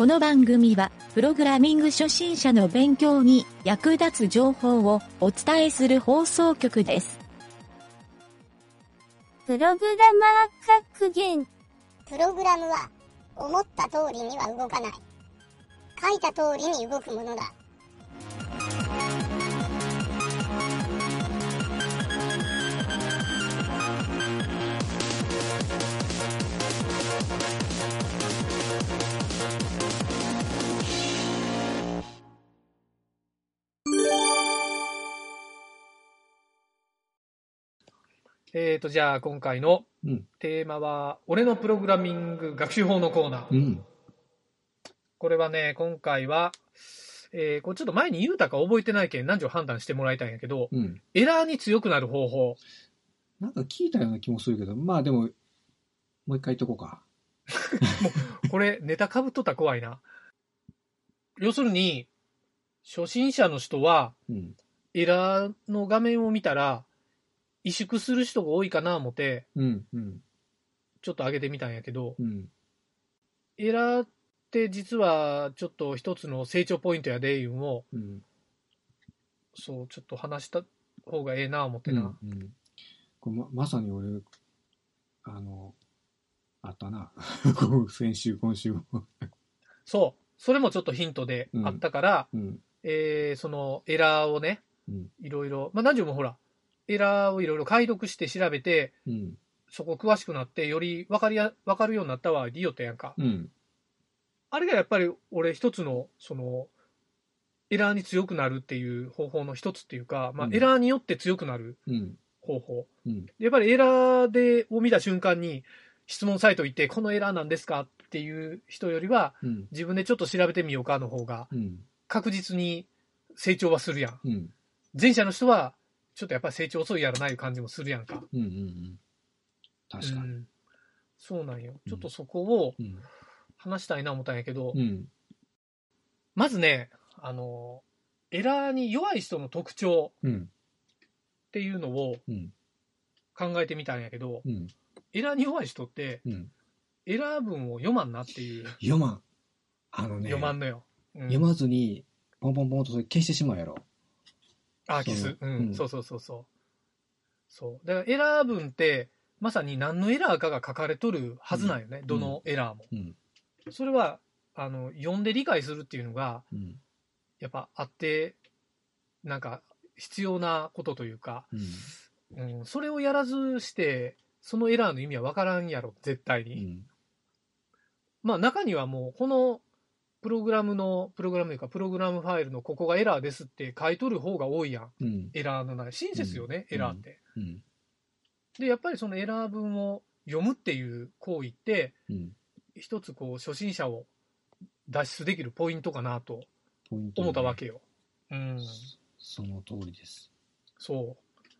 の番組は、プログラミング初心者の勉強に役立つ情報をお伝えする放送局です。 プログラマー格言。 プログラムは思った通りには動かない。書いた通りに動くものだ。 じゃあ今回のテーマは、俺のプログラミング学習法のコーナー。これはね、今回は、これちょっと前に言うたか覚えてないけん何条判断してもらいたいんやけど、エラーに強くなる方法。 なんか聞いたような気もするけど、まあでも、もう一回言っとこうか。 もう、これネタかぶっとったら怖いな。要するに、初心者の人は、エラーの画面を見たら、萎縮する人が多いかな思って、ちょっと上げてみたんやけど、エラーって実はちょっと一つの成長ポイントやでいうのを、そうちょっと話した方がええな思ってな。 これ まさに俺あったな先週今週そうそれもちょっとヒントであったから、そのエラーをね、いろいろ何十もほらエラーをいろいろ解読して調べて、そこ詳しくなってより分かるようになったわリオってやんか、あれがやっぱり俺一つのそのエラーに強くなるっていう方法の一つっていうか、エラーによって強くなる方法、やっぱりエラーを見た瞬間に質問サイト行ってこのエラーなんですかっていう人よりは、自分でちょっと調べてみようかの方が確実に成長はするやん、前者の人はちょっとやっぱり成長遅いやらない感じもするやんか。 確かに、 そうなんよ。ちょっとそこを話したいな思ったんやけど、まずね、エラーに弱い人の特徴っていうのを考えてみたんやけど、エラーに弱い人って、エラー文を読まんなっていう。 読まん。 読まんのよ。 読まずにポンポンポンとそれ消してしまうやろ。 消す。そう。だからエラー文って、まさに何のエラーかが書かれとるはずなんよね。どのエラーも。それは、読んで理解するっていうのが、やっぱあって、なんか必要なことというか、それをやらずして、そのエラーの意味は分からんやろ、絶対に。中にはもう、このプログラムファイルのここがエラーですって書いとる方が多いやん。エラーのない。親切よね、エラーって。で、やっぱりそのエラー文を読むっていう行為って、一つこう、初心者を脱出できるポイントかなと思ったわけよ。 その通りです。 そう。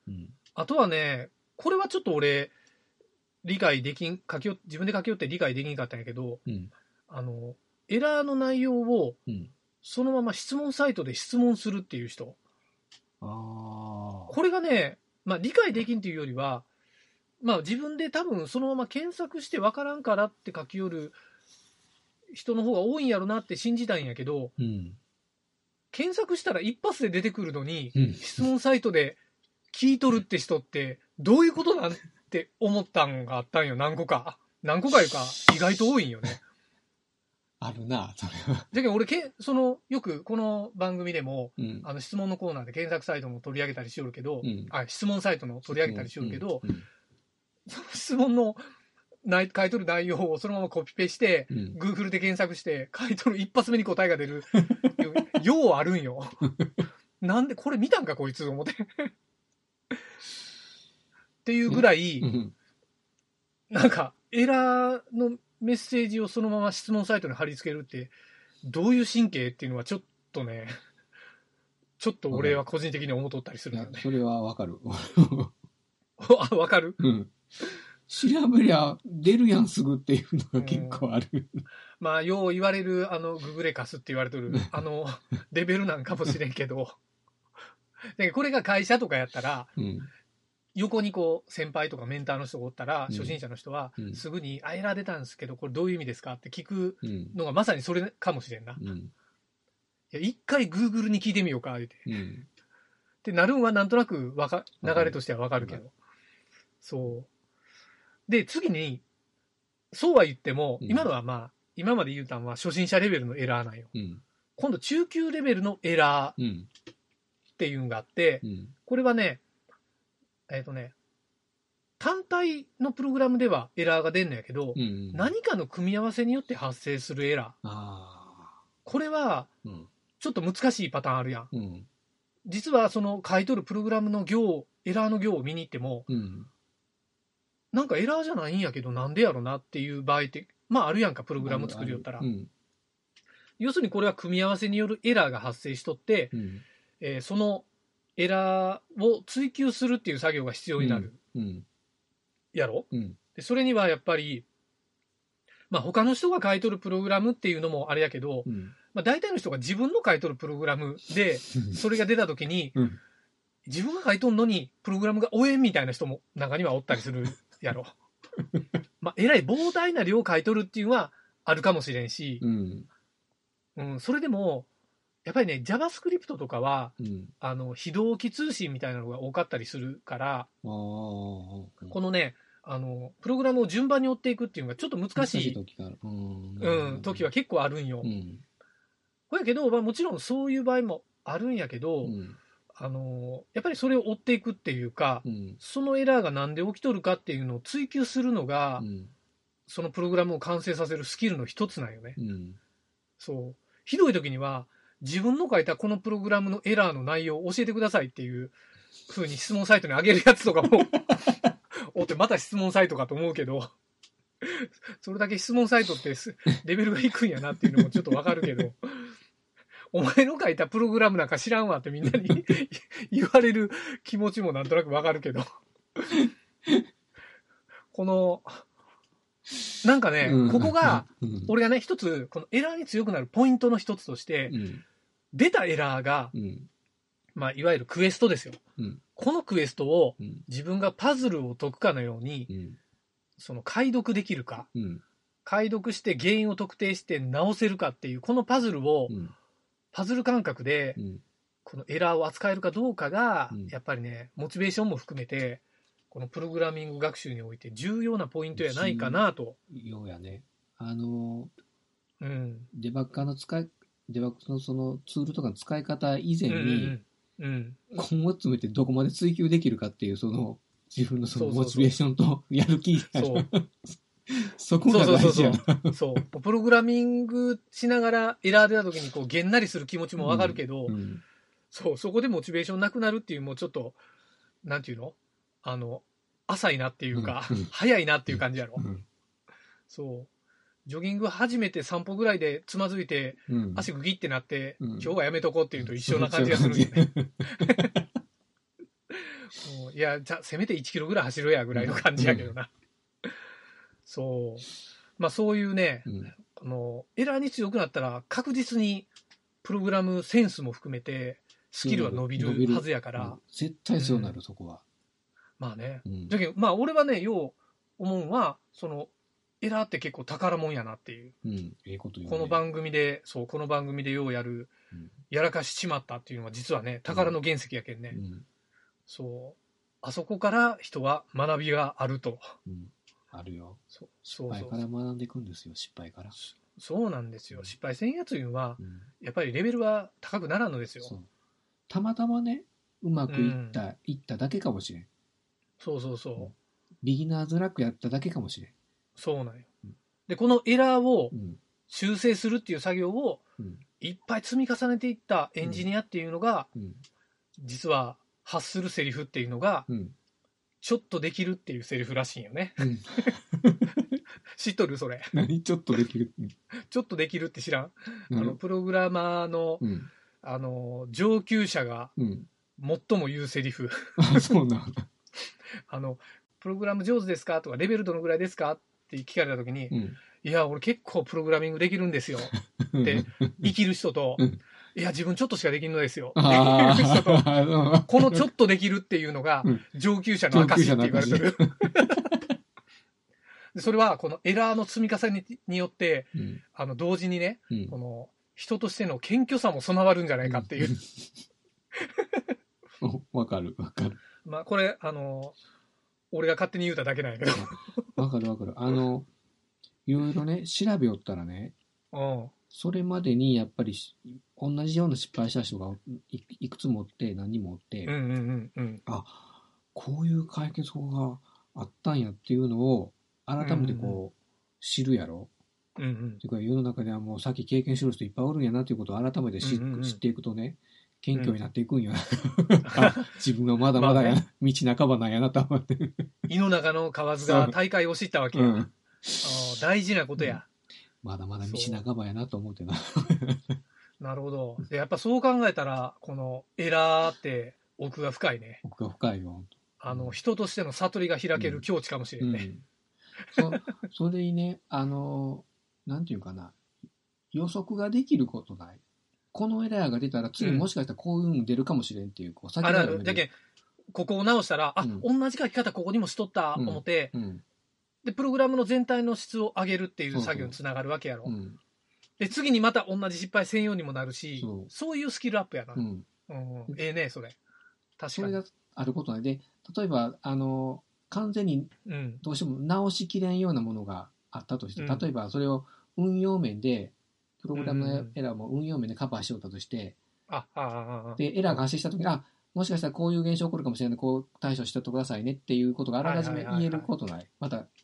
あとはね、これはちょっと俺、自分で書き寄って理解できんかったんやけど、エラーの内容をそのまま質問サイトで質問するっていう人。これがね、理解できんっていうよりは、自分で多分そのまま検索して分からんからって書き寄る人の方が多いんやろなって信じたんやけど、検索したら一発で出てくるのに、質問サイトで聞いとるって人ってどういうことなんって思ったんがあったんよ。何個かいうか意外と多いんよね。 あるな、それは。 だけど俺よくこの番組でも、質問のコーナーで検索サイトも取り上げたりしよるけど、質問サイトの取り上げたりしよるけど、その質問の書いとる内容をそのままコピペして、Google で検索して書いとる一発目に答えが出るようあるんよ。なんでこれ見たんかこいつ思ってっていうぐらい、なんかエラーのメッセージをそのまま質問サイトに貼り付けるってどういう神経っていうのはちょっとね、ちょっと俺は個人的に思っとったりするんだよね。 それはわかる。 わかる？ 調べりゃ出るやんすぐっていうのが結構ある。 よう言われるググレカスって言われとるレベルなんかもしれんけど、これが会社とかやったら、 横にこう先輩とかメンターの人がおったら、 うん初心者の人はうんすぐに「あ、エラー出たんですけどこれどういう意味ですか?」って聞くうん。 のがまさにそれかもしれんな。いうん。 や一回 Google に聞いてみようか言ってうん。 ってなるんはなんとなく流れとしてはわかるけど、そうで次にそうは言っても、 うん今のはまあ今まで言うたんは初心者レベルのエラーなんよ。 うん。 今度中級レベルのエラーうん。 っていうのがあって、 うん。 これはね単体のプログラムではエラーが出るんやけど、 うん。 何かの組み合わせによって発生するエラー、 ああ。 これはうん。 ちょっと難しいパターンあるやん。 うん。 実はその書いとるプログラムのエラーの行を見に行っても、 うん。 なんかエラーじゃないんやけどなんでやろなっていう場合ってまああるやんか、プログラム作りよったら。 うん。 要するにこれは組み合わせによるエラーが発生しとって、 うん。 そのエラーを追求するっていう作業が必要になる、 うん。 やろ。 うん。 でそれにはやっぱり、まあ、他の人が書いとるプログラムっていうのもあれやけど、 うん。 まあ、大体の人が自分の書いとるプログラムでそれが出た時に、 うん。 自分が書いとんのにプログラムが終えんみたいな人も中にはおったりするやろ。まあえらい膨大な量書いとるっていうのはあるかもしれんし、 うん。 それでもやっぱりね JavaScript とかはうん。 非同期通信みたいなのが多かったりするから、 ああ。ここのねプログラムを順番に追っていくっていうのがちょっと難しい時がある。 時は結構あるんよ。 うん。 これやけど、まあ、もちろんそういう場合もあるんやけど、 うん。 やっぱりそれを追っていくっていうか、 うん。 そのエラーがなんで起きとるかっていうのを追求するのが、 うん。 そのプログラムを完成させるスキルの一つなんよね。 うん。 そう。ひどい時には、自分の書いたこのプログラムのエラーの内容を教えてくださいっていう風に質問サイトに上げるやつとかもおってまた質問サイトかと思うけど、それだけ質問サイトってレベルが低いんやなっていうのもちょっとわかるけど、お前の書いたプログラムなんか知らんわってみんなに言われる気持ちもなんとなくわかるけど、このなんかね、ここが俺がね一つこのエラーに強くなるポイントの一つとして、出たエラーが、まあ、いわゆるクエストですよ、このクエストを自分がパズルを解くかのように、その解読できるか、解読して原因を特定して直せるかっていうこのパズルを、パズル感覚で、このエラーを扱えるかどうかが、やっぱりねモチベーションも含めてこのプログラミング学習において重要なポイントやないかなと。 ようやね。 デバッグのそのツールとかの使い方以前に、根を詰めてどこまで追求できるかっていうその自分のそのモチベーションとやる気そこが大事やな。 そうプログラミングしながらエラー出た時にこうげんなりする気持ちもわかるけど、そこでモチベーションなくなるっていうもうちょっとなんていうの浅いなっていうか、早いなっていう感じやろ。そうジョギング始めて散歩ぐらいでつまずいて、足グギってなって、今日はやめとこうっていうと一緒な感じがするんよね。いやじゃあせめて1キロぐらい走ろうやぐらいの感じやけどな。そうまあそういうね、エラーに強くなったら確実にプログラムセンスも含めてスキルは伸びるはずやから、 絶対そうなる、そこは。 まあね、だけどまあ俺はねよう思うのはそのエラーって結構宝物やなっていう、この番組でようやる、やらかしちまったっていうのは実はね宝の原石やけんね、そうあそこから人は学びがあると、 あるよ。失敗から学んでいくんですよ、失敗から。 そうなんですよ、失敗せんやついうのは、やっぱりレベルは高くならんのですよ。 たまたまねうまくいっただけかもしれん。ビギナーズラックやっただけかもしれん。 そうなんよ。でこのエラーを修正するっていう作業をいっぱい積み重ねていったエンジニアっていうのが、実は発するセリフっていうのが、ちょっとできるっていうセリフらしいよね。知っとるそれ。 何ちょっとできるちょっとできるって知らん？プログラマーの、上級者が最も言うセリフ。 そうなんだ。 プログラム上手ですかとかレベルどのぐらいですかって聞かれた時に、いや俺結構プログラミングできるんですよって生きる人と、いいや、自分ちょっとしかできんのですよ。 あこのちょっとできるっていうのが、上級者の証って言われてる。それは、このエラーの積み重ねによって、同時にね、この、人としての謙虚さも備わるんじゃないかっていう。 わかる。 まあ、これ、俺が勝手に言うただけなんやけど。 わかる。いろいろね、調べよったらね、それまでにやっぱり同じような失敗した人がいくつもおって何人もおって、あ、こういう解決法があったんやっていうのを改めてこう知るやろ。っていうか世の中ではもうさっき経験してる人いっぱいおるんやなということを改めて知っていくとね、謙虚になっていくんやな。自分はまだまだやな、道半ばなんやなと思って。 井の中の蛙が大海を知ったわけや。大事なことや。 まだまだ道半ばやなと思ってな。 なるほど。で、やっぱそう考えたら、このエラーって奥が深いね。 奥が深いよ。 人としての悟りが開ける境地かもしれんね。 それにね、なんていうかな、予測ができることない。このエラーが出たら次もしかしたらこういうの出るかもしれんっていう、先が読める。だけここを直したら、同じ書き方ここにもしとった思って、で、プログラムの全体の質を上げるっていう作業につながるわけやろ。で、次にまた同じ失敗せんようにもなるし、そういうスキルアップやな。ええね、それ。確かに。 それがあることないで、例えば、完全にどうしても直しきれんようなものがあったとして、例えばそれを運用面で、プログラムのエラーも運用面でカバーしようとして、で、エラーが発生したときに、もしかしたらこういう現象起こるかもしれないので、こう対処しておいてくださいねっていうことがあらかじめ言えることない。また。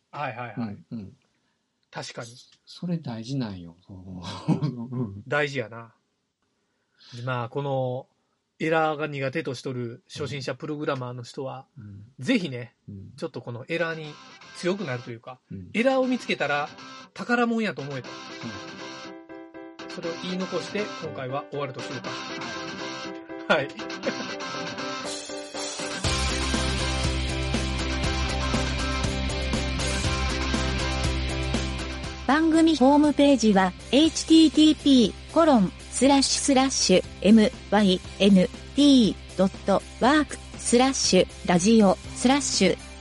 確かに。 それ大事なんよ。 大事やな。まあ、この、エラーが苦手としとる初心者プログラマーの人は、ぜひね、ちょっとこのエラーに強くなるというか、エラーを見つけたら宝物やと思えと。それを言い残して今回は終わるとするか。はい。 番組ホームページは http://myn.t.work/ラジオ/